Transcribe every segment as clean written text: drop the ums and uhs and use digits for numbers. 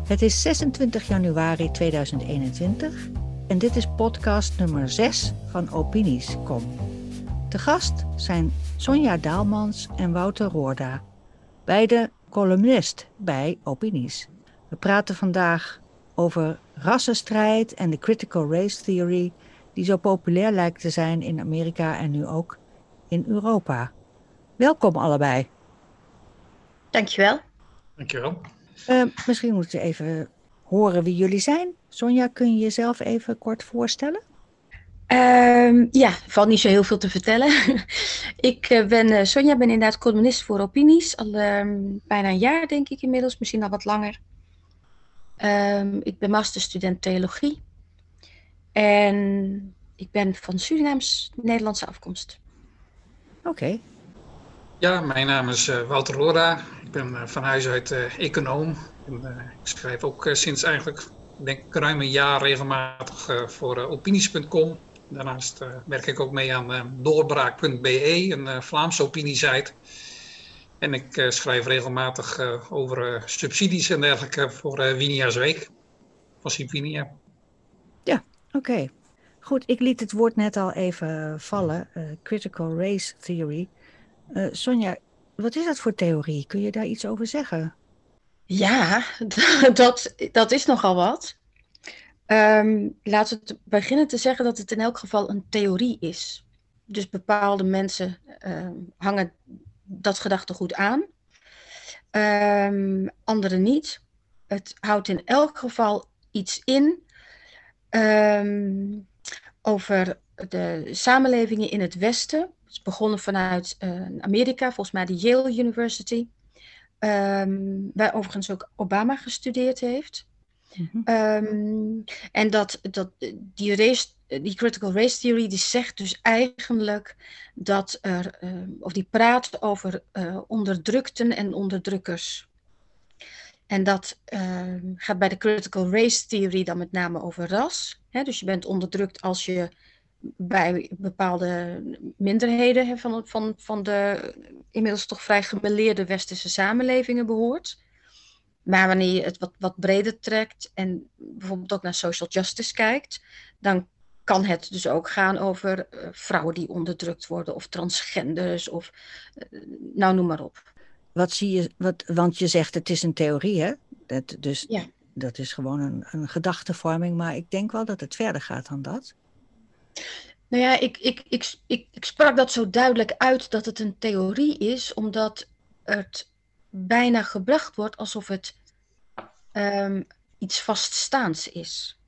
Het is 26 januari 2021 en dit is podcast nummer 6 van Opinies.com. Te gast zijn Sonja Daalmans en Wouter Roorda, beide columnist bij Opinies. We praten vandaag over rassenstrijd en de critical race theory die zo populair lijkt te zijn in Amerika en nu ook in Europa. Welkom allebei. Dankjewel. Dankjewel. Misschien moeten we even horen wie jullie zijn. Sonja, kun je jezelf even kort voorstellen? Ja, er valt niet zo heel veel te vertellen. Ik ben Sonja, ben inderdaad columnist voor Opinies. Al bijna een jaar denk ik inmiddels, misschien al wat langer. Ik ben masterstudent theologie. En ik ben van Surinaams-Nederlandse afkomst. Oké. Ja, mijn naam is Wouter Roorda. Ik ben van huis uit econoom. Ik schrijf ook sinds eigenlijk, denk ik, ruim een jaar regelmatig voor Opinies.com. Daarnaast werk ik ook mee aan doorbraak.be, een Vlaamse opiniesite. En ik schrijf regelmatig over subsidies en dergelijke voor Winia's Week van Sint-Winia. Ja, oké. Goed, ik liet het woord net al even vallen. Critical race theory. Sonja, wat is dat voor theorie? Kun je daar iets over zeggen? Ja, dat is nogal wat. Laten we beginnen te zeggen dat het in elk geval een theorie is. Dus bepaalde mensen hangen dat gedachtegoed aan, anderen niet. Het houdt in elk geval iets in over de samenlevingen in het Westen. Het is begonnen vanuit Amerika, volgens mij de Yale University, waar overigens ook Obama gestudeerd heeft. Mm-hmm. En die critical race theory die zegt dus eigenlijk dat die praat over onderdrukten en onderdrukkers. En dat gaat bij de critical race theory dan met name over ras. Hè? Dus je bent onderdrukt als je bij bepaalde minderheden van de inmiddels toch vrij gemêleerde westerse samenlevingen behoort. Maar wanneer je het wat breder trekt en bijvoorbeeld ook naar social justice kijkt, dan kan het dus ook gaan over vrouwen die onderdrukt worden of transgenders of nou noem maar op. Wat zie je, want je zegt het is een theorie, hè? Ja. Dat is gewoon een gedachtevorming, maar ik denk wel dat het verder gaat dan dat. Nou ja, ik sprak dat zo duidelijk uit dat het een theorie is, omdat het bijna gebracht wordt alsof het iets vaststaands is.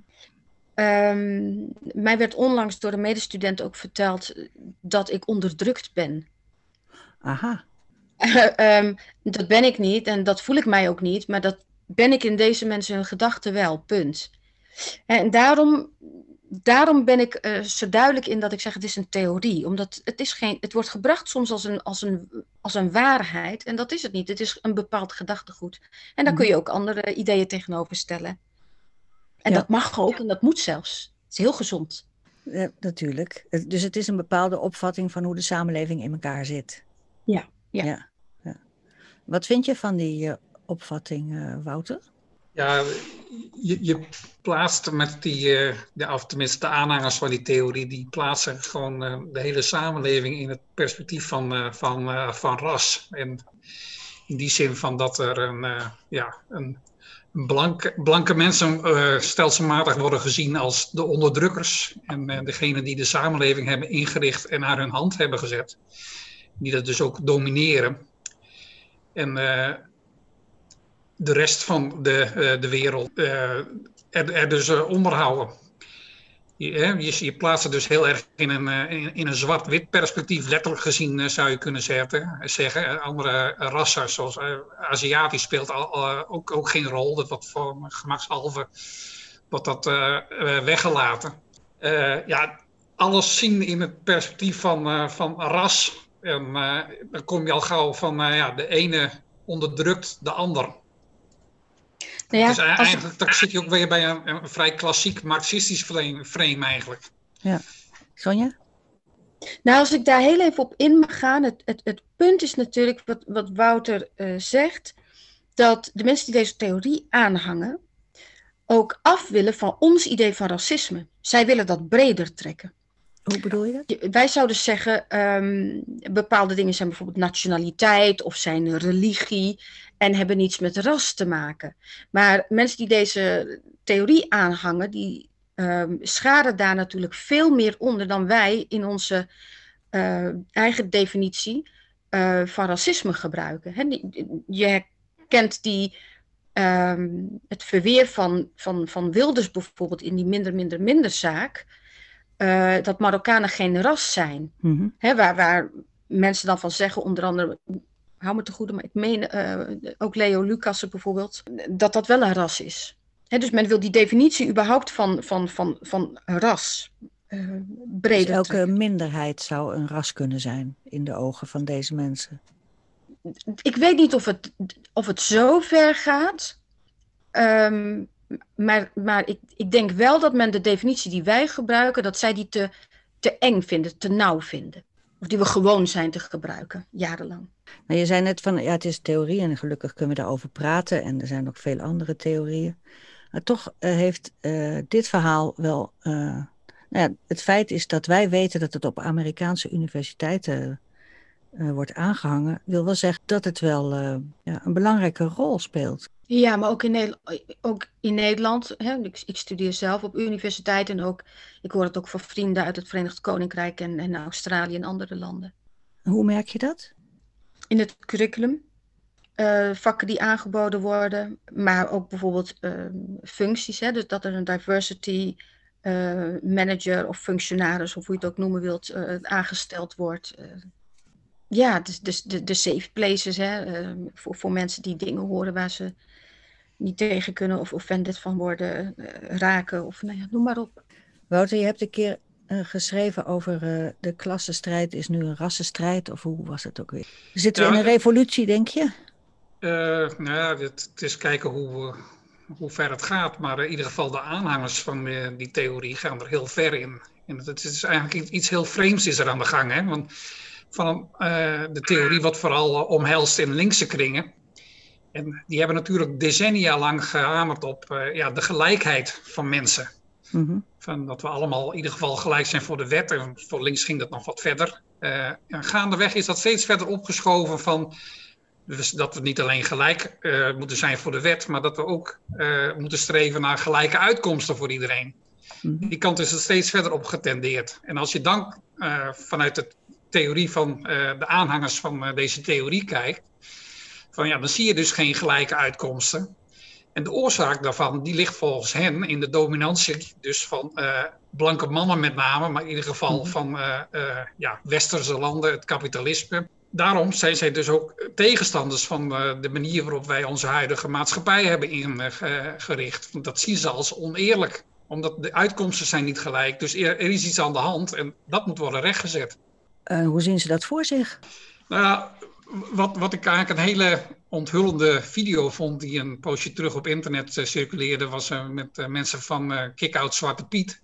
Mij werd onlangs door een medestudent ook verteld dat ik onderdrukt ben. Aha. Dat ben ik niet en dat voel ik mij ook niet, maar dat ben ik in deze mensen hun gedachten wel, punt. En daarom ben ik zo duidelijk in dat ik zeg het is een theorie. Omdat het wordt gebracht soms als een waarheid. En dat is het niet. Het is een bepaald gedachtegoed. En daar kun je ook andere ideeën tegenover stellen. En dat mag ook en dat moet zelfs. Het is heel gezond. Ja, natuurlijk. Dus het is een bepaalde opvatting van hoe de samenleving in elkaar zit. Ja. Wat vind je van die opvatting, Wouter? Ja, je plaatst met tenminste de aanhangers van die theorie, die plaatsen gewoon de hele samenleving in het perspectief van ras. En in die zin van dat er een blanke mensen stelselmatig worden gezien als de onderdrukkers. En degene die de samenleving hebben ingericht en naar hun hand hebben gezet. Die dat dus ook domineren. En de rest van de wereld er dus onderhouden. Je plaatst het dus heel erg in een zwart-wit perspectief, letterlijk gezien zou je kunnen zeggen. Andere rassen, zoals Aziatisch, speelt ook geen rol. Dat wordt voor gemakshalve weggelaten. Alles zien in het perspectief van ras. En dan kom je al gauw van de ene onderdrukt de ander. Nou ja, dus eigenlijk zit je ook weer bij een vrij klassiek marxistisch frame eigenlijk. Ja. Sonja? Nou, als ik daar heel even op in mag gaan. Het punt is natuurlijk wat Wouter zegt. dat de mensen die deze theorie aanhangen ook af willen van ons idee van racisme. Zij willen dat breder trekken. Hoe bedoel je dat? Wij zouden zeggen, bepaalde dingen zijn bijvoorbeeld nationaliteit of zijn religie en hebben niets met ras te maken. Maar mensen die deze theorie aanhangen, die scharen daar natuurlijk veel meer onder dan wij in onze eigen definitie van racisme gebruiken. Hè? Je kent het verweer van Wilders bijvoorbeeld in die minder zaak. Dat Marokkanen geen ras zijn. Mm-hmm. Hè, waar mensen dan van zeggen, onder andere, hou me te goede, maar ik meen ook Leo Lucassen bijvoorbeeld, dat wel een ras is. Hè, dus men wil die definitie überhaupt van ras breder Dus elke trekken. minderheid zou een ras kunnen zijn in de ogen van deze mensen. Ik weet niet of het zo ver gaat. Maar ik denk wel dat men de definitie die wij gebruiken, dat zij die te eng vinden, te nauw vinden. Of die we gewoon zijn te gebruiken, jarenlang. Nou, je zei net van, ja, het is theorie en gelukkig kunnen we daarover praten. En er zijn nog veel andere theorieën. Maar toch heeft dit verhaal wel... het feit is dat wij weten dat het op Amerikaanse universiteiten wordt aangehangen, wil wel zeggen dat het wel een belangrijke rol speelt. Ja, maar ook in Nederland. Hè, ik studeer zelf op universiteit en ik hoor het ook van vrienden uit het Verenigd Koninkrijk en Australië en andere landen. Hoe merk je dat? In het curriculum. Vakken die aangeboden worden, maar ook bijvoorbeeld functies. Hè, dus dat er een diversity manager of functionaris, of hoe je het ook noemen wilt, aangesteld wordt. Dus de safe places, hè, voor mensen die dingen horen waar ze niet tegen kunnen of offended van worden, raken of noem maar op. Wouter, je hebt een keer geschreven over de klassenstrijd is nu een rassenstrijd, of hoe was het ook weer? Zitten we in een revolutie, denk je? Het is kijken hoe ver het gaat, maar in ieder geval de aanhangers van die theorie gaan er heel ver in. En het is eigenlijk iets heel vreemds is er aan de gang, hè? Want van de theorie wat vooral omhelst in linkse kringen. En die hebben natuurlijk decennia lang gehamerd op de gelijkheid van mensen. Mm-hmm. Van dat we allemaal in ieder geval gelijk zijn voor de wet. En voor links ging dat nog wat verder. En gaandeweg is dat steeds verder opgeschoven van dus dat we niet alleen gelijk moeten zijn voor de wet, maar dat we ook moeten streven naar gelijke uitkomsten voor iedereen. Mm-hmm. Die kant is er steeds verder op getendeerd. En als je dan vanuit de theorie van de aanhangers van deze theorie kijkt, dan zie je dus geen gelijke uitkomsten. En de oorzaak daarvan, die ligt volgens hen in de dominantie dus van blanke mannen met name, maar in ieder geval van westerse landen, het kapitalisme. Daarom zijn zij dus ook tegenstanders van de manier waarop wij onze huidige maatschappij hebben ingericht. Want dat zien ze als oneerlijk, omdat de uitkomsten zijn niet gelijk. Dus er is iets aan de hand en dat moet worden rechtgezet. Hoe zien ze dat voor zich? Nou, wat ik eigenlijk een hele onthullende video vond die een poosje terug op internet circuleerde, was met mensen van Kick-Out Zwarte Piet.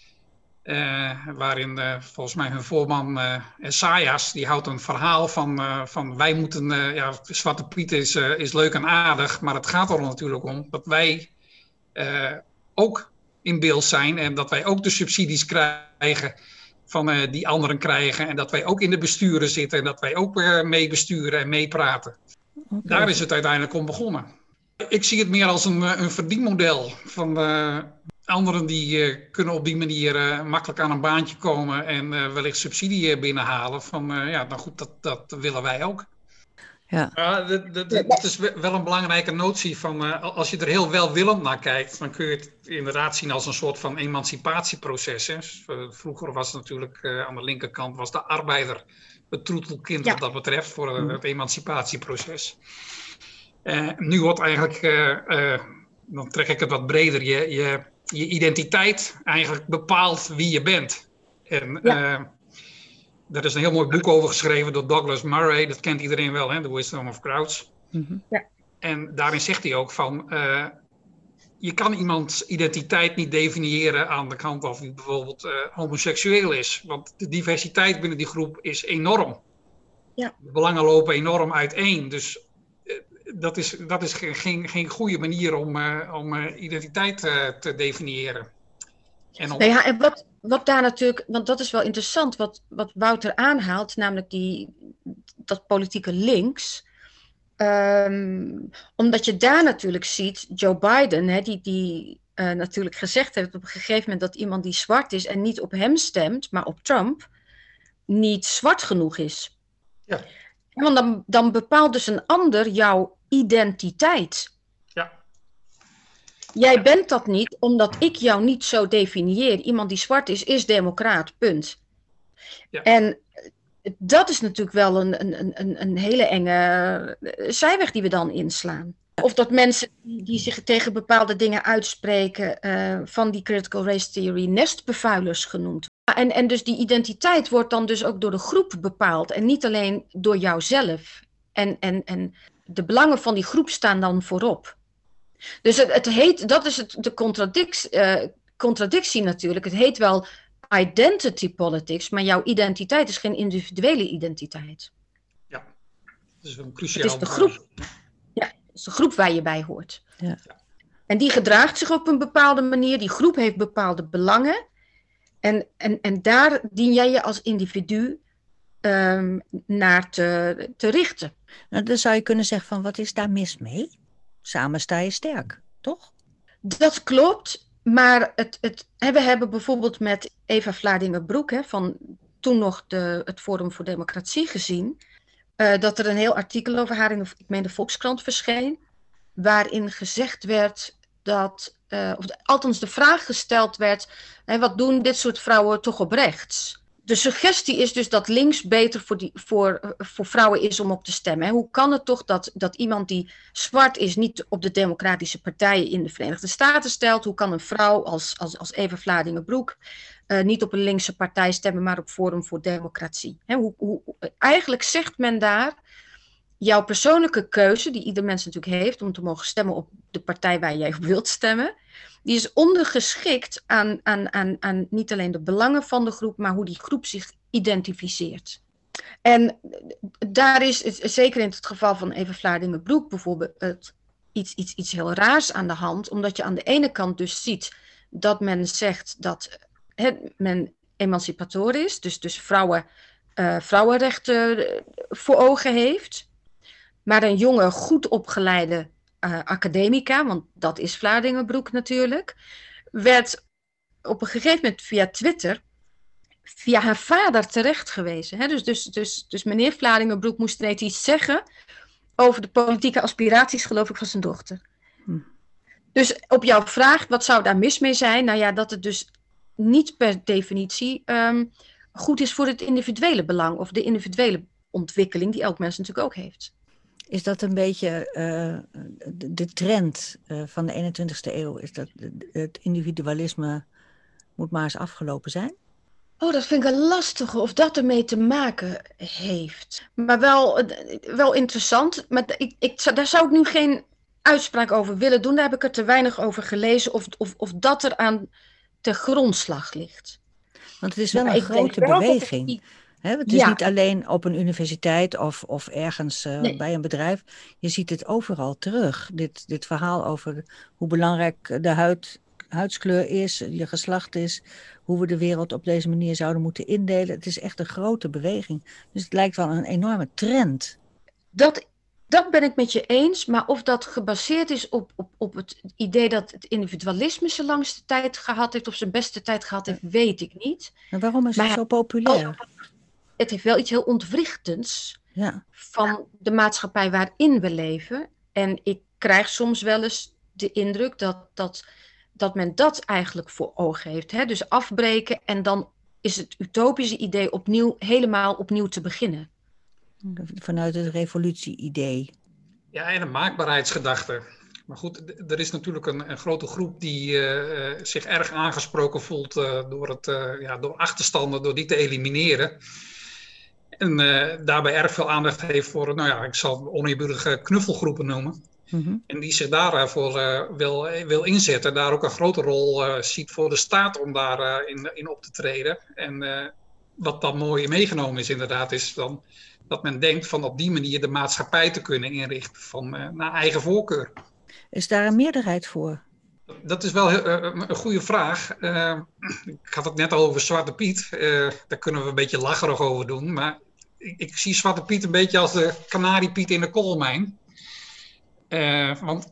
Waarin volgens mij hun voorman Esaias, die houdt een verhaal van wij moeten, Zwarte Piet is leuk en aardig, maar het gaat er natuurlijk om dat wij ook in beeld zijn en dat wij ook de subsidies krijgen van die anderen krijgen en dat wij ook in de besturen zitten en dat wij ook mee besturen en meepraten. Okay. Daar is het uiteindelijk om begonnen. Ik zie het meer als een verdienmodel van anderen die kunnen op die manier makkelijk aan een baantje komen en wellicht subsidie binnenhalen. Dat willen wij ook. Ja. Dat is wel een belangrijke notie van als je er heel welwillend naar kijkt, dan kun je het inderdaad zien als een soort van emancipatieproces. Hè. Vroeger was het natuurlijk aan de linkerkant was de arbeider het troetelkind wat dat betreft voor het emancipatieproces. Nu wordt eigenlijk, dan trek ik het wat breder, je identiteit eigenlijk bepaalt wie je bent. En daar is een heel mooi boek over geschreven door Douglas Murray. Dat kent iedereen wel, hè? The Wisdom of Crowds. Mm-hmm. Ja. En daarin zegt hij ook van, je kan iemands identiteit niet definiëren aan de kant of hij bijvoorbeeld homoseksueel is. Want de diversiteit binnen die groep is enorm. Ja. De belangen lopen enorm uiteen. Dus dat is geen goede manier om identiteit te definiëren. En wat daar natuurlijk, want dat is wel interessant, wat Wouter aanhaalt, namelijk dat politieke links. Omdat je daar natuurlijk ziet, Joe Biden, die natuurlijk gezegd heeft op een gegeven moment dat iemand die zwart is en niet op hem stemt, maar op Trump, niet zwart genoeg is. Ja. Want dan bepaalt dus een ander jouw identiteit. Ja. Jij bent dat niet, omdat ik jou niet zo definieer. Iemand die zwart is democraat, punt. Ja. En dat is natuurlijk wel een hele enge zijweg die we dan inslaan. Of dat mensen die zich tegen bepaalde dingen uitspreken, van die critical race theory, nestbevuilers genoemd. En dus die identiteit wordt dan dus ook door de groep bepaald en niet alleen door jouzelf. En de belangen van die groep staan dan voorop. Dus dat is de contradictie natuurlijk. Het heet wel identity politics, maar jouw identiteit is geen individuele identiteit. Ja, dat is een cruciaal. Het is de groep. Ja, het is de groep waar je bij hoort. Ja. En die gedraagt zich op een bepaalde manier. Die groep heeft bepaalde belangen. En daar dien jij je als individu naar te richten. Nou, dan zou je kunnen zeggen van, wat is daar mis mee? Samen sta je sterk, toch? Dat klopt. Maar we hebben bijvoorbeeld met Eva Vlaardingerbroek, van toen nog het Forum voor Democratie gezien, dat er een heel artikel over haar in de Volkskrant verscheen, waarin gezegd werd dat, althans de vraag gesteld werd, wat doen dit soort vrouwen toch op rechts? De suggestie is dus dat links beter voor vrouwen is om op te stemmen. Hè? Hoe kan het toch dat iemand die zwart is niet op de democratische partijen in de Verenigde Staten stelt? Hoe kan een vrouw als Eva Vlaardingerbroek niet op een linkse partij stemmen, maar op Forum voor Democratie? Hè? Eigenlijk zegt men daar, jouw persoonlijke keuze, die ieder mens natuurlijk heeft om te mogen stemmen op de partij waar jij op wilt stemmen, die is ondergeschikt aan niet alleen de belangen van de groep, maar hoe die groep zich identificeert. En daar is, zeker in het geval van Eva Vlaardingerbroek bijvoorbeeld, iets heel raars aan de hand, omdat je aan de ene kant dus ziet dat men zegt dat men emancipator is, dus vrouwenrechten voor ogen heeft, maar een jonge, goed opgeleide academica, want dat is Vlaardingerbroek natuurlijk, werd op een gegeven moment via Twitter via haar vader terecht gewezen. Hè? Dus meneer Vlaardingerbroek moest ineens iets zeggen over de politieke aspiraties, geloof ik, van zijn dochter. Dus op jouw vraag, wat zou daar mis mee zijn? Nou ja, dat het dus niet per definitie goed is voor het individuele belang of de individuele ontwikkeling die elk mens natuurlijk ook heeft. Is dat een beetje de trend van de 21ste eeuw? Is dat het individualisme moet maar eens afgelopen zijn? Oh, dat vind ik een lastige, of dat ermee te maken heeft. Maar wel interessant. Maar daar zou ik nu geen uitspraak over willen doen. Daar heb ik er te weinig over gelezen of dat er aan ten grondslag ligt. Want het is wel een grote beweging. Het is niet alleen op een universiteit of ergens bij een bedrijf. Je ziet het overal terug. Dit verhaal over hoe belangrijk de huidskleur is, je geslacht is, hoe we de wereld op deze manier zouden moeten indelen. Het is echt een grote beweging. Dus het lijkt wel een enorme trend. Dat ben ik met je eens, maar of dat gebaseerd is op het idee dat het individualisme zijn langste tijd gehad heeft, of zijn beste tijd gehad heeft, weet ik niet. En waarom is het zo populair? Het heeft wel iets heel ontwrichtends van de maatschappij waarin we leven. En ik krijg soms wel eens de indruk dat men dat eigenlijk voor ogen heeft. Hè? Dus afbreken en dan is het utopische idee helemaal opnieuw te beginnen. Vanuit het revolutie-idee. Ja, en een maakbaarheidsgedachte. Maar goed, er is natuurlijk een grote groep die zich erg aangesproken voelt door achterstanden, door die te elimineren. En daarbij erg veel aandacht heeft voor, ik zal oneerbiedig knuffelgroepen noemen. Mm-hmm. En die zich daarvoor wil inzetten. Daar ook een grote rol ziet voor de staat om daarin in op te treden. En wat dan mooi meegenomen is inderdaad, is dan dat men denkt van op die manier de maatschappij te kunnen inrichten naar eigen voorkeur. Is daar een meerderheid voor? Dat is wel een goede vraag. Ik had het net al over Zwarte Piet. Daar kunnen we een beetje lacherig over doen. Maar ik zie Zwarte Piet een beetje als de kanariepiet in de koolmijn. Want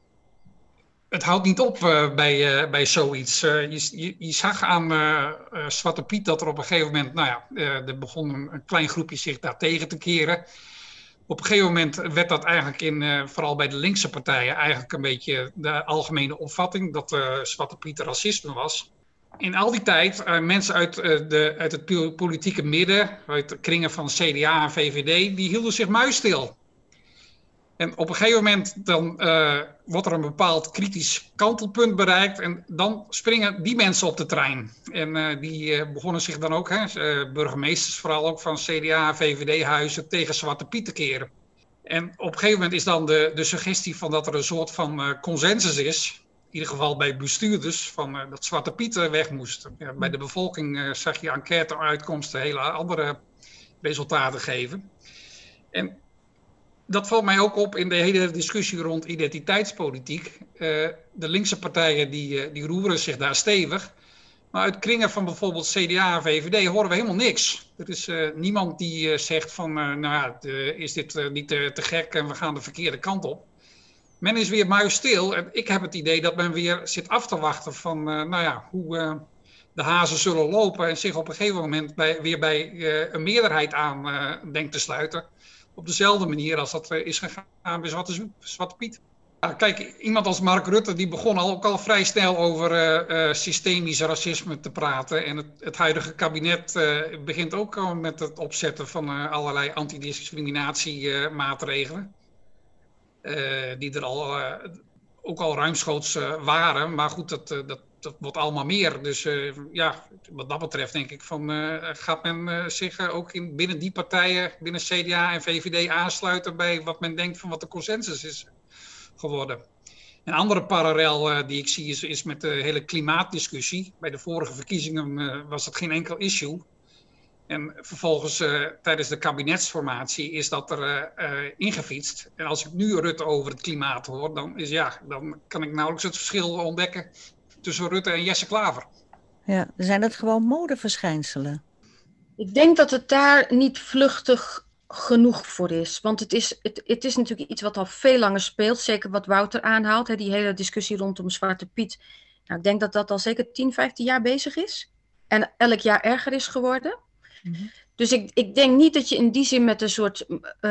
het houdt niet op bij zoiets. Je zag aan Zwarte Piet dat er op een gegeven moment... er begon een klein groepje zich daar tegen te keren. Op een gegeven moment werd dat eigenlijk vooral bij de linkse partijen... eigenlijk een beetje de algemene opvatting... dat Zwarte Piet racisme was. In al die tijd, mensen uit het politieke midden... uit de kringen van CDA en VVD... die hielden zich muisstil. En op een gegeven moment dan wordt er een bepaald kritisch kantelpunt bereikt... en dan springen die mensen op de trein. En die begonnen zich dan ook, burgemeesters vooral ook van CDA en VVD-huizen... tegen Zwarte Piet te keren. En op een gegeven moment is dan de suggestie van dat er een soort van consensus is... in ieder geval bij bestuurders, van dat Zwarte Piet weg moest. Ja, bij de bevolking zag je enquête-uitkomsten hele andere resultaten geven. En dat valt mij ook op in de hele discussie rond identiteitspolitiek. De linkse partijen die roeren zich daar stevig. Maar uit kringen van bijvoorbeeld CDA en VVD horen we helemaal niks. Er is niemand die zegt van, is dit niet te gek en we gaan de verkeerde kant op. Men is weer muisstil en ik heb het idee dat men weer zit af te wachten van, hoe de hazen zullen lopen. En zich op een gegeven moment weer bij een meerderheid aan denkt te sluiten. Op dezelfde manier als dat is gegaan bij Zwarte Piet. Kijk, iemand als Mark Rutte die begon ook al vrij snel over systemisch racisme te praten. En het huidige kabinet begint ook al met het opzetten van allerlei antidiscriminatiemaatregelen. Die er ook al ruimschoots waren. Maar goed, dat wordt allemaal meer. Dus wat dat betreft denk ik van gaat men zich ook binnen die partijen, binnen CDA en VVD aansluiten bij wat men denkt van wat de consensus is geworden. Een andere parallel die ik zie is met de hele klimaatdiscussie. Bij de vorige verkiezingen was dat geen enkel issue. En vervolgens tijdens de kabinetsformatie is dat er ingefietst. En als ik nu Rutte over het klimaat hoor, dan kan ik nauwelijks het verschil ontdekken tussen Rutte en Jesse Klaver. Ja, zijn dat gewoon modeverschijnselen? Ik denk dat het daar niet vluchtig genoeg voor is. Want het is natuurlijk iets wat al veel langer speelt. Zeker wat Wouter aanhaalt. Die hele discussie rondom Zwarte Piet. Nou, ik denk dat dat al zeker 10, 15 jaar bezig is. En elk jaar erger is geworden. Mm-hmm. Dus ik denk niet dat je in die zin met een soort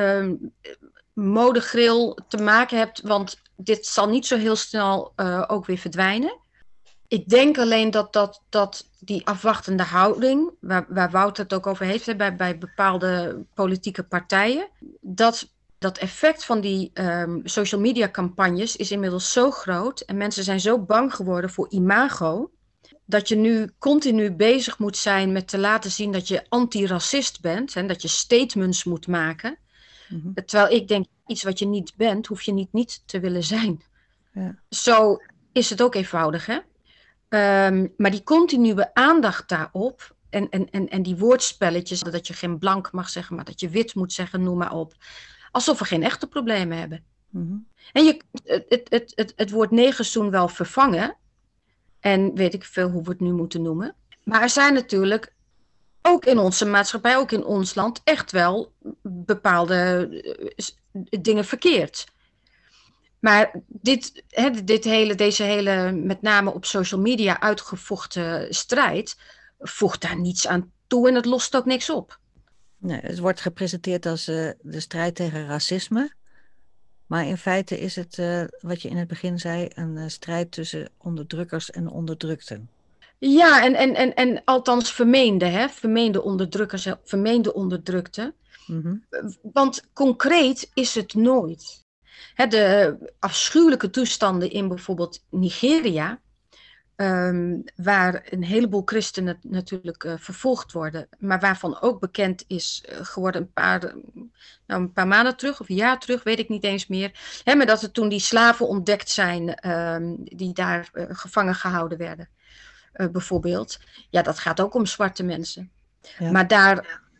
modegril te maken hebt. Want dit zal niet zo heel snel ook weer verdwijnen. Ik denk alleen dat die afwachtende houding, waar Wouter het ook over heeft, bij bepaalde politieke partijen, dat effect van die social media campagnes is inmiddels zo groot en mensen zijn zo bang geworden voor imago, dat je nu continu bezig moet zijn met te laten zien dat je antiracist bent en dat je statements moet maken. Mm-hmm. Terwijl ik denk, iets wat je niet bent, hoef je niet te willen zijn. Ja. Zo is het ook eenvoudig, hè? Maar die continue aandacht daarop en die woordspelletjes, dat je geen blank mag zeggen, maar dat je wit moet zeggen, noem maar op. Alsof we geen echte problemen hebben. Mm-hmm. En het woord negerzoen wel vervangen. En weet ik veel hoe we het nu moeten noemen. Maar er zijn natuurlijk ook in onze maatschappij, ook in ons land, echt wel bepaalde dingen verkeerd. Maar deze hele, met name op social media uitgevochten strijd, voegt daar niets aan toe en het lost ook niks op. Nee, het wordt gepresenteerd als de strijd tegen racisme. Maar in feite is het, wat je in het begin zei, een strijd tussen onderdrukkers en onderdrukten. Ja, en althans vermeende onderdrukkers, vermeende onderdrukten. Mm-hmm. Want concreet is het nooit. De afschuwelijke toestanden in bijvoorbeeld Nigeria, waar een heleboel christenen natuurlijk vervolgd worden, maar waarvan ook bekend is geworden een paar maanden terug of een jaar terug, weet ik niet eens meer. Maar dat er toen die slaven ontdekt zijn die daar gevangen gehouden werden, bijvoorbeeld. Ja, dat gaat ook om zwarte mensen. Ja. Maar daar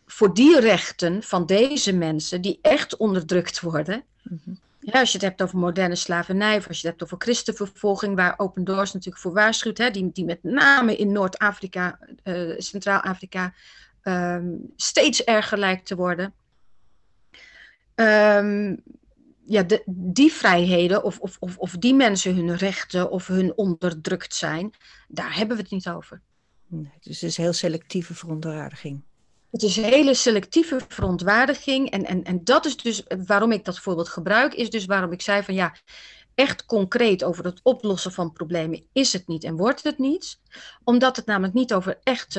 voor die rechten van deze mensen die echt onderdrukt worden. Mhm. Ja, als je het hebt over moderne slavernij, of als je het hebt over christenvervolging, waar Open Doors natuurlijk voor waarschuwt, hè, die met name in Noord-Afrika, Centraal-Afrika, steeds erger lijkt te worden. Die vrijheden of die mensen hun rechten of hun onderdrukt zijn, daar hebben we het niet over. Nee, dus het is een heel selectieve verontwaardiging. Het is een hele selectieve verontwaardiging en dat is dus waarom ik dat voorbeeld gebruik, is dus waarom ik zei van ja, echt concreet over het oplossen van problemen is het niet en wordt het niet, omdat het namelijk niet over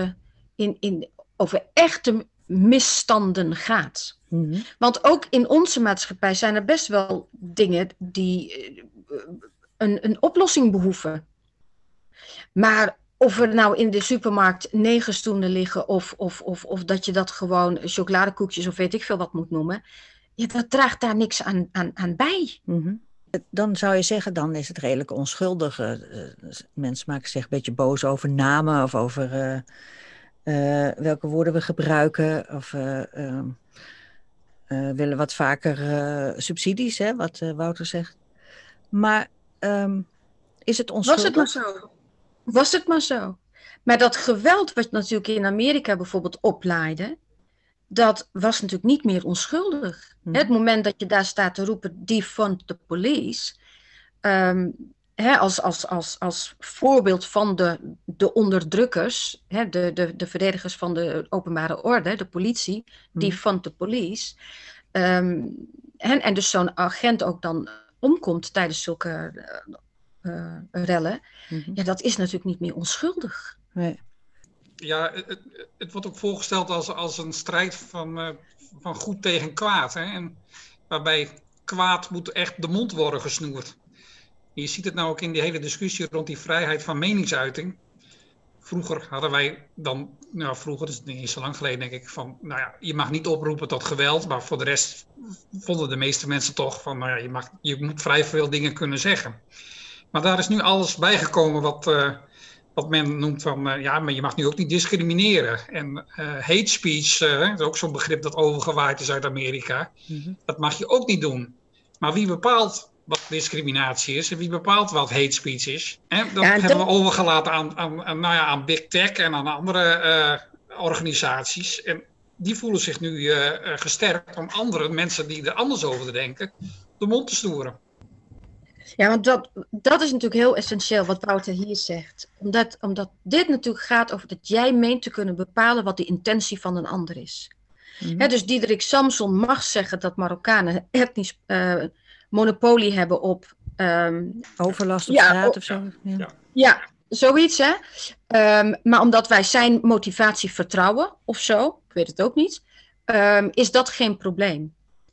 echte misstanden gaat. Mhm. Want ook in onze maatschappij zijn er best wel dingen die een oplossing behoeven. Maar of er nou in de supermarkt 9 stoelen liggen of dat je dat gewoon chocoladekoekjes of weet ik veel wat moet noemen, ja, dat draagt daar niks aan bij. Mm-hmm. Dan zou je zeggen, dan is het redelijk onschuldig. Mensen maken zich een beetje boos over namen of over welke woorden we gebruiken. Of willen wat vaker subsidies, hè, wat Wouter zegt. Maar is het onschuldig? Was het maar zo. Maar dat geweld wat natuurlijk in Amerika bijvoorbeeld oplaaide, dat was natuurlijk niet meer onschuldig. Hmm. Het moment dat je daar staat te roepen, defund the police, als voorbeeld van de onderdrukkers, de verdedigers van de openbare orde, de politie, defund the police. En dus zo'n agent ook dan omkomt tijdens zulke rellen, ja, dat is natuurlijk niet meer onschuldig. Nee. Ja, het wordt ook voorgesteld als een strijd van goed tegen kwaad. Hè? En waarbij kwaad moet echt de mond worden gesnoerd. Je ziet het nou ook in die hele discussie rond die vrijheid van meningsuiting. Vroeger hadden wij dan, vroeger, dat is niet eens zo lang geleden denk ik, van, je mag niet oproepen tot geweld. Maar voor de rest vonden de meeste mensen toch van, je moet vrij veel dingen kunnen zeggen. Maar daar is nu alles bijgekomen wat men noemt van, maar je mag nu ook niet discrimineren. En hate speech, dat is ook zo'n begrip dat overgewaaid is uit Amerika. Mm-hmm. Dat mag je ook niet doen. Maar wie bepaalt wat discriminatie is en wie bepaalt wat hate speech is? En dat hebben we overgelaten aan Big Tech en aan andere organisaties. En die voelen zich nu gesterkt om andere mensen die er anders over denken, de mond te snoeren. Ja, want dat is natuurlijk heel essentieel wat Wouter hier zegt. Omdat dit natuurlijk gaat over dat jij meent te kunnen bepalen wat de intentie van een ander is. Mm-hmm. Dus Diederik Samson mag zeggen dat Marokkanen etnisch monopolie hebben op overlast op straat of zo. Ja, zoiets hè. Maar omdat wij zijn motivatie vertrouwen of zo, ik weet het ook niet, is dat geen probleem.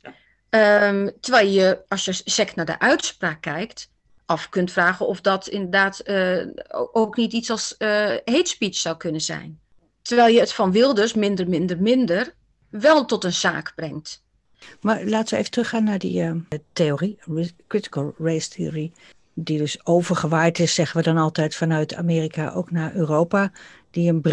Terwijl je, als je sec naar de uitspraak kijkt, af kunt vragen of dat inderdaad ook niet iets als hate speech zou kunnen zijn. Terwijl je het van Wilders minder wel tot een zaak brengt. Maar laten we even teruggaan naar die theorie, critical race theory, die dus overgewaaid is, zeggen we dan altijd, vanuit Amerika ook naar Europa, die een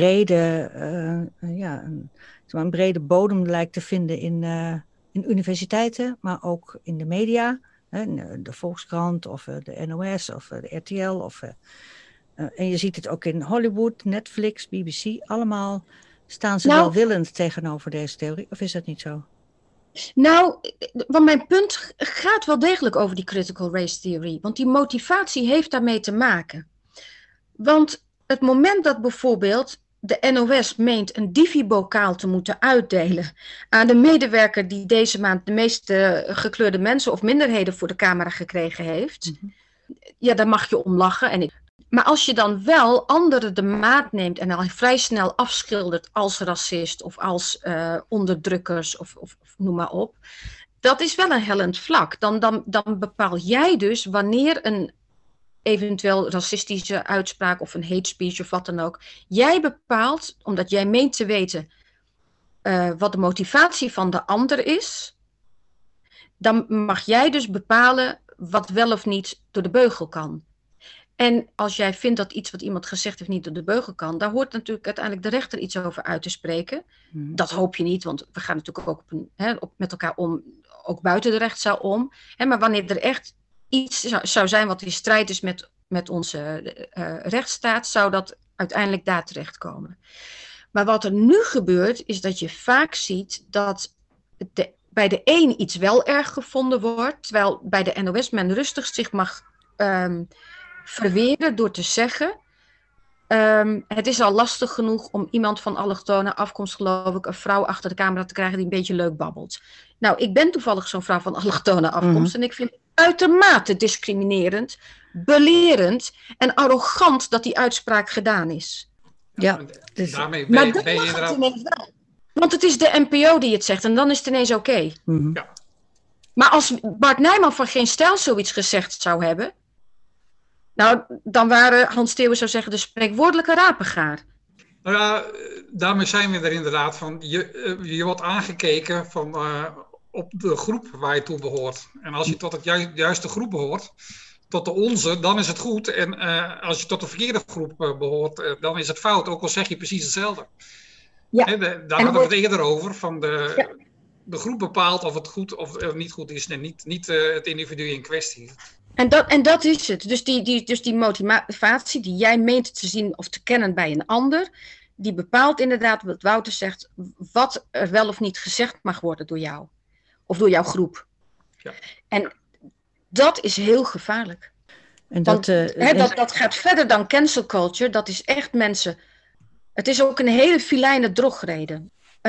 brede bodem lijkt te vinden in universiteiten, maar ook in de media, de Volkskrant of de NOS of de RTL. En je ziet het ook in Hollywood, Netflix, BBC, allemaal staan ze welwillend tegenover deze theorie, of is dat niet zo? Nou, want mijn punt gaat wel degelijk over die critical race theory, want die motivatie heeft daarmee te maken. Want het moment dat bijvoorbeeld de NOS meent een Divi-bokaal te moeten uitdelen aan de medewerker die deze maand de meeste gekleurde mensen of minderheden voor de camera gekregen heeft, ja, daar mag je om lachen. Maar als je dan wel anderen de maat neemt en al vrij snel afschildert als racist of als onderdrukkers of noem maar op, dat is wel een hellend vlak. Dan bepaal jij dus wanneer een eventueel racistische uitspraak of een hate speech of wat dan ook. Jij bepaalt, omdat jij meent te weten wat de motivatie van de ander is, dan mag jij dus bepalen wat wel of niet door de beugel kan. En als jij vindt dat iets wat iemand gezegd heeft niet door de beugel kan, daar hoort natuurlijk uiteindelijk de rechter iets over uit te spreken. Dat hoop je niet, want we gaan natuurlijk ook met elkaar om, ook buiten de rechtszaal om. Maar wanneer er echt iets zou zijn wat in strijd is met onze rechtsstaat, zou dat uiteindelijk daar terechtkomen. Maar wat er nu gebeurt, is dat je vaak ziet dat bij de een iets wel erg gevonden wordt, terwijl bij de NOS men rustig zich mag verweren door te zeggen, het is al lastig genoeg om iemand van allochtone afkomst, geloof ik, een vrouw achter de camera te krijgen die een beetje leuk babbelt. Nou, ik ben toevallig zo'n vrouw van allochtone afkomst en ik vind het uitermate discriminerend, belerend en arrogant dat die uitspraak gedaan is. Ja, dus, daarmee maar dat mag het ineens wel. Want het is de NPO die het zegt en dan is het ineens oké. Ja. Maar als Bart Nijman van Geen Stijl zoiets gezegd zou hebben, nou, dan waren Hans Theeuwen zou zeggen de spreekwoordelijke rapengaar. Nou ja, daarmee zijn we er inderdaad van. Je wordt aangekeken van, op de groep waar je toe behoort. En als je tot het juiste groep behoort, tot de onze, dan is het goed. En als je tot de verkeerde groep behoort, dan is het fout. Ook al zeg je precies hetzelfde. Ja. Daar hadden we het eerder over. Van de groep bepaalt of het goed of niet goed is. En niet het individu in kwestie. En dat is het. Dus die motivatie die jij meent te zien of te kennen bij een ander, die bepaalt inderdaad wat Wouter zegt, wat er wel of niet gezegd mag worden door jou. Of door jouw groep. Ja. En dat is heel gevaarlijk. En dat gaat verder dan cancel culture. Dat is echt mensen. Het is ook een hele filijne drogrede.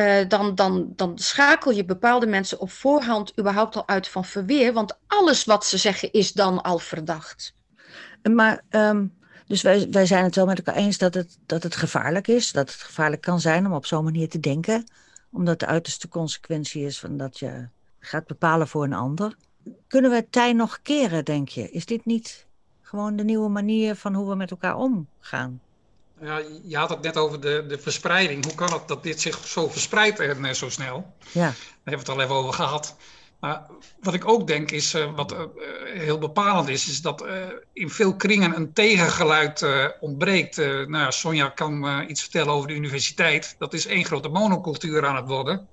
Dan schakel je bepaalde mensen op voorhand überhaupt al uit van verweer. Want alles wat ze zeggen is dan al verdacht. Maar, dus wij zijn het wel met elkaar eens dat het gevaarlijk is. Dat het gevaarlijk kan zijn om op zo'n manier te denken. Omdat de uiterste consequentie is van dat je gaat bepalen voor een ander. Kunnen we het tij nog keren, denk je? Is dit niet gewoon de nieuwe manier van hoe we met elkaar omgaan? Ja, je had het net over de verspreiding. Hoe kan het dat dit zich zo verspreidt en zo snel? Ja. Daar hebben we het al even over gehad. Maar wat ik ook denk is, wat heel bepalend is dat in veel kringen een tegengeluid ontbreekt. Sonja kan iets vertellen over de universiteit. Dat is één grote monocultuur aan het worden.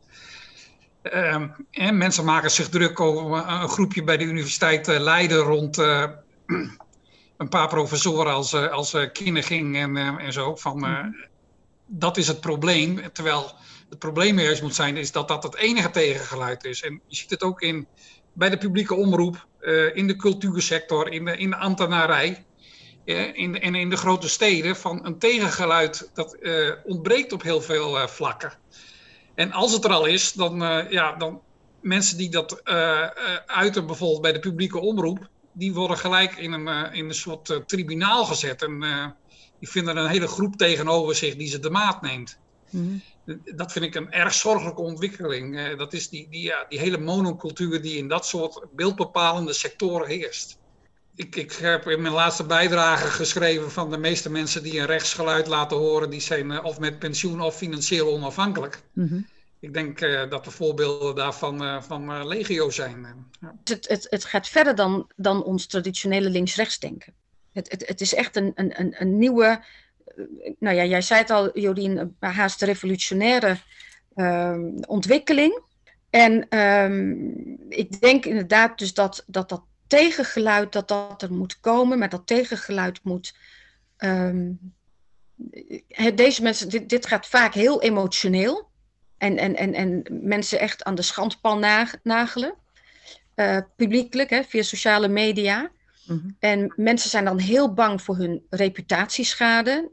En mensen maken zich druk over een groepje bij de Universiteit Leiden rond een paar professoren als Kinneging en zo. Dat is het probleem. Terwijl het probleem juist moet zijn is dat het enige tegengeluid is. En je ziet het ook bij de publieke omroep, in de cultuursector, in de ambtenarij. En in de grote steden van een tegengeluid dat ontbreekt op heel veel vlakken. En als het er al is, dan mensen die dat uiten bijvoorbeeld bij de publieke omroep, die worden gelijk in een soort tribunaal gezet. En die vinden een hele groep tegenover zich die ze de maat neemt. Mm-hmm. Dat vind ik een erg zorgelijke ontwikkeling. Dat is die hele monocultuur die in dat soort beeldbepalende sectoren heerst. Ik heb in mijn laatste bijdrage geschreven van de meeste mensen die een rechtsgeluid laten horen, die zijn of met pensioen of financieel onafhankelijk. Mm-hmm. Ik denk dat de voorbeelden daarvan van legio zijn. Ja. Het gaat verder dan ons traditionele links-rechts denken. Het is echt een nieuwe, nou ja, jij zei het al, Jodien, haast revolutionaire ontwikkeling. En ik denk inderdaad dus dat tegengeluid dat er moet komen, maar dat tegengeluid moet. Deze mensen, dit gaat vaak heel emotioneel. En mensen echt aan de schandpaal nagelen. Publiekelijk, via sociale media. Mm-hmm. En mensen zijn dan heel bang voor hun reputatieschade.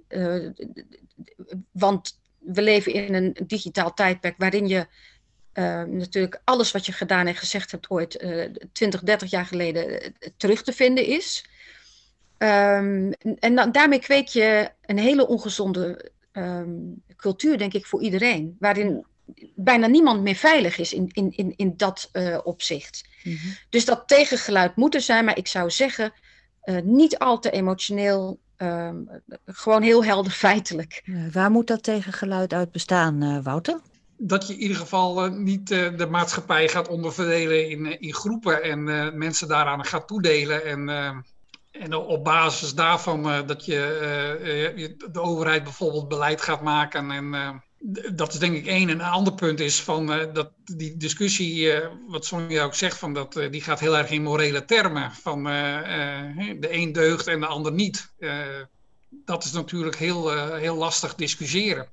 Want we leven in een digitaal tijdperk waarin je natuurlijk alles wat je gedaan en gezegd hebt ooit 20, 30 jaar geleden terug te vinden is. En daarmee kweek je een hele ongezonde cultuur, denk ik, voor iedereen. Waarin bijna niemand meer veilig is in dat opzicht. Mm-hmm. Dus dat tegengeluid moet er zijn, maar ik zou zeggen, niet al te emotioneel, gewoon heel helder feitelijk. Waar moet dat tegengeluid uit bestaan, Wouter? Dat je in ieder geval niet de maatschappij gaat onderverdelen in groepen en mensen daaraan gaat toedelen En op basis daarvan dat je de overheid bijvoorbeeld beleid gaat maken. En dat is denk ik één. En een ander punt is van dat die discussie, wat Sonja ook zegt, van die gaat heel erg in morele termen. Van de een deugt en de ander niet. Dat is natuurlijk heel lastig discussiëren.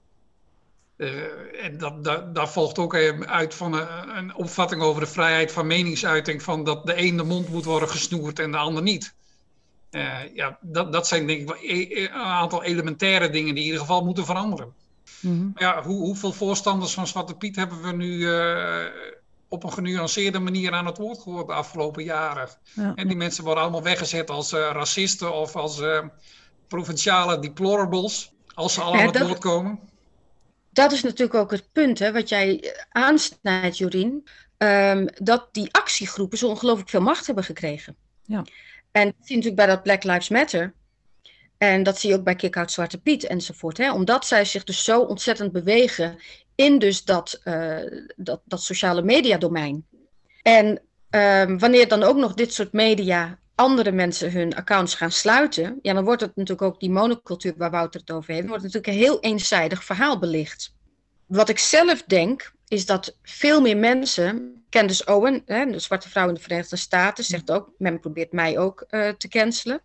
En daar volgt ook uit van een opvatting over de vrijheid van meningsuiting. Van dat de een de mond moet worden gesnoerd en de ander niet. Dat zijn denk ik een aantal elementaire dingen die in ieder geval moeten veranderen. Mm-hmm. Maar ja, hoeveel voorstanders van Zwarte Piet hebben we nu op een genuanceerde manier aan het woord gehoord de afgelopen jaren? Ja. En die mensen worden allemaal weggezet als racisten of als provinciale deplorables, als ze allemaal aan het woord komen. Dat is natuurlijk ook het punt, hè, wat jij aansnijdt, Jorien, dat die actiegroepen zo ongelooflijk veel macht hebben gekregen. Ja. En dat zie je natuurlijk bij dat Black Lives Matter. En dat zie je ook bij Kick-Out Zwarte Piet enzovoort. Hè? Omdat zij zich dus zo ontzettend bewegen in dus dat sociale media domein. En wanneer dan ook nog dit soort media andere mensen hun accounts gaan sluiten, ja, dan wordt het natuurlijk ook die monocultuur waar Wouter het over heeft, wordt het natuurlijk een heel eenzijdig verhaal belicht. Wat ik zelf denk, is dat veel meer mensen, Candace Owen, de zwarte vrouw in de Verenigde Staten, zegt ook, men probeert mij ook te cancelen,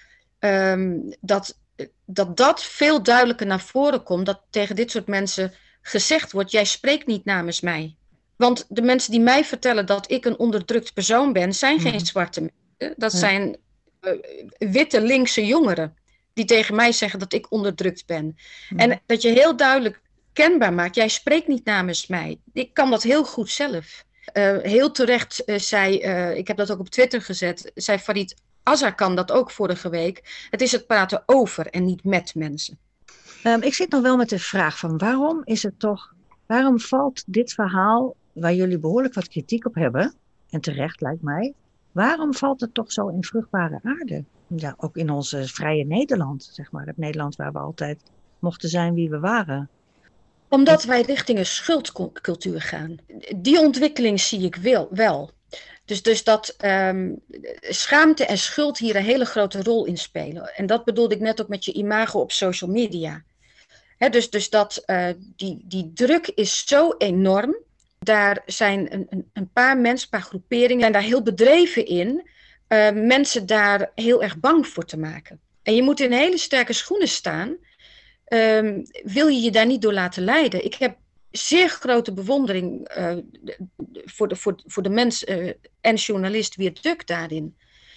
dat veel duidelijker naar voren komt, dat tegen dit soort mensen gezegd wordt, jij spreekt niet namens mij. Want de mensen die mij vertellen dat ik een onderdrukt persoon ben, zijn geen zwarte mensen. Dat zijn witte linkse jongeren die tegen mij zeggen dat ik onderdrukt ben. En dat je heel duidelijk kenbaar maakt, jij spreekt niet namens mij. Ik kan dat heel goed zelf. Heel terecht zei, ik heb dat ook op Twitter gezet, zei Farid Azarkan dat ook vorige week. Het is het praten over en niet met mensen. Ik zit nog wel met de vraag van waarom valt dit verhaal, waar jullie behoorlijk wat kritiek op hebben, en terecht lijkt mij, waarom valt het toch zo in vruchtbare aarde? Ja, ook in onze vrije Nederland, zeg maar. Het Nederland waar we altijd mochten zijn wie we waren. Omdat wij richting een schuldcultuur gaan. Die ontwikkeling zie ik wel. Dus dat schaamte en schuld hier een hele grote rol in spelen. En dat bedoelde ik net ook met je imago op social media. Dus dat die druk is zo enorm. Daar zijn een paar mensen, een paar groeperingen, zijn daar heel bedreven in. Mensen daar heel erg bang voor te maken. En je moet in hele sterke schoenen staan. Wil je je daar niet door laten leiden? Ik heb zeer grote bewondering voor de mens en journalist Wiert Duk daarin.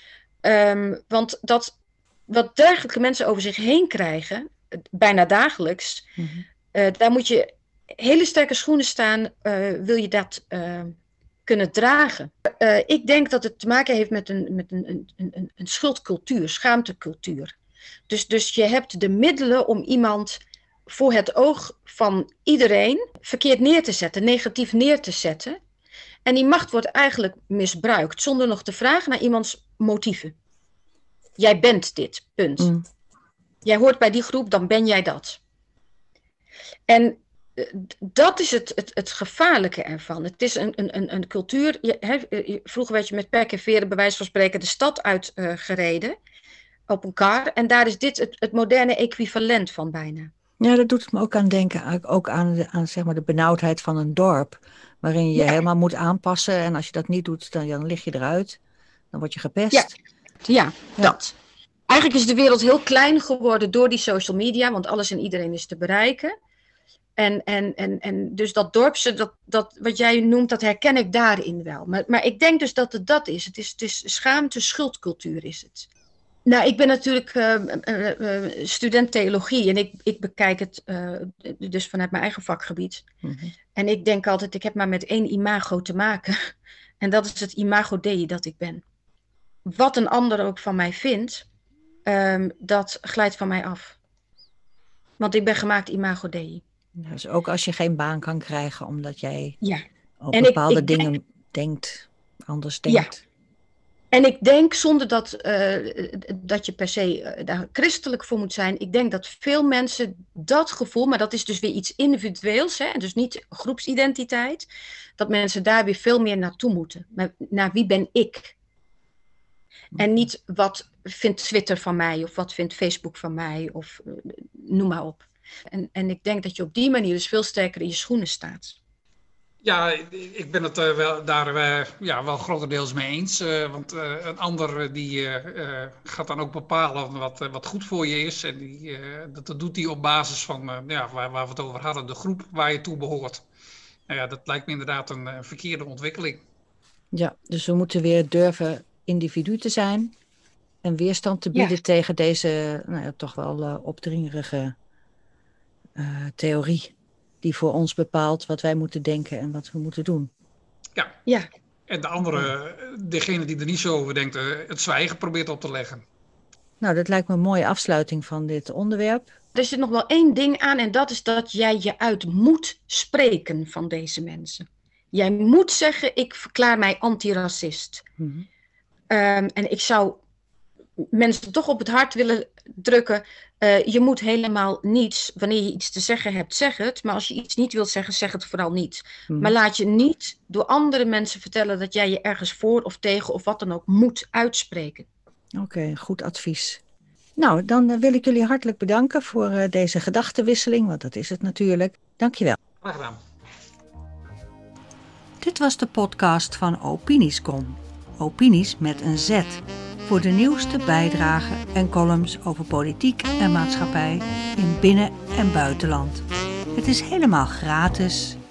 Want wat dergelijke mensen over zich heen krijgen, bijna dagelijks, daar moet je hele sterke schoenen staan, wil je dat kunnen dragen. Ik denk dat het te maken heeft met een schuldcultuur, schaamtecultuur. Dus je hebt de middelen om iemand voor het oog van iedereen verkeerd neer te zetten, negatief neer te zetten. En die macht wordt eigenlijk misbruikt, zonder nog te vragen naar iemands motieven. Jij bent dit, punt. Jij hoort bij die groep, dan ben jij dat. En dat is het gevaarlijke ervan. Het is een cultuur. Vroeger werd je met pek en veren bij wijze van spreken de stad uitgereden op een kar. En daar is dit het moderne equivalent van bijna. Ja, dat doet me ook aan denken. Ook aan zeg maar de benauwdheid van een dorp. Waarin je helemaal moet aanpassen. En als je dat niet doet, dan lig je eruit. Dan word je gepest. Ja, dat. Eigenlijk is de wereld heel klein geworden door die social media. Want alles en iedereen is te bereiken. En dus dat dorpse, dat wat jij noemt, dat herken ik daarin wel. Maar ik denk dus dat het dat is. Het is schaamte, schuldcultuur is het. Nou, ik ben natuurlijk student theologie en ik bekijk het dus vanuit mijn eigen vakgebied. En ik denk altijd, ik heb maar met één imago te maken. En dat is het imago Dei dat ik ben. Wat een ander ook van mij vindt, dat glijdt van mij af. Want ik ben gemaakt imago Dei. Dus ook als je geen baan kan krijgen omdat jij op bepaalde dingen anders denkt. Ja. En ik denk, zonder dat je per se daar christelijk voor moet zijn, ik denk dat veel mensen dat gevoel, maar dat is dus weer iets individueels, hè, en dus niet groepsidentiteit, dat mensen daar weer veel meer naartoe moeten. Maar naar wie ben ik? En niet wat vindt Twitter van mij of wat vindt Facebook van mij of noem maar op. En ik denk dat je op die manier dus veel sterker in je schoenen staat. Ja, ik ben het wel grotendeels mee eens. Want een ander die gaat dan ook bepalen wat goed voor je is. En dat doet hij op basis van waar we het over hadden, de groep waar je toe behoort. Nou ja, dat lijkt me inderdaad een verkeerde ontwikkeling. Ja, dus we moeten weer durven individu te zijn en weerstand te bieden tegen deze toch wel opdringerige theorie die voor ons bepaalt wat wij moeten denken en wat we moeten doen. Ja. En de andere, degene die er niet zo over denkt, het zwijgen probeert op te leggen. Nou, dat lijkt me een mooie afsluiting van dit onderwerp. Er zit nog wel één ding aan en dat is dat jij je uit moet spreken van deze mensen. Jij moet zeggen, ik verklaar mij antiracist. Mm-hmm. En ik zou mensen toch op het hart willen drukken. Je moet helemaal niets, wanneer je iets te zeggen hebt, zeg het. Maar als je iets niet wilt zeggen, zeg het vooral niet. Mm-hmm. Maar laat je niet door andere mensen vertellen dat jij je ergens voor of tegen of wat dan ook moet uitspreken. Oké, goed advies. Nou, dan wil ik jullie hartelijk bedanken voor deze gedachtenwisseling, want dat is het natuurlijk. Dankjewel. Graag gedaan. Dit was de podcast van Opinies.com. Opinies met een Z. Voor de nieuwste bijdragen en columns over politiek en maatschappij in binnen- en buitenland. Het is helemaal gratis.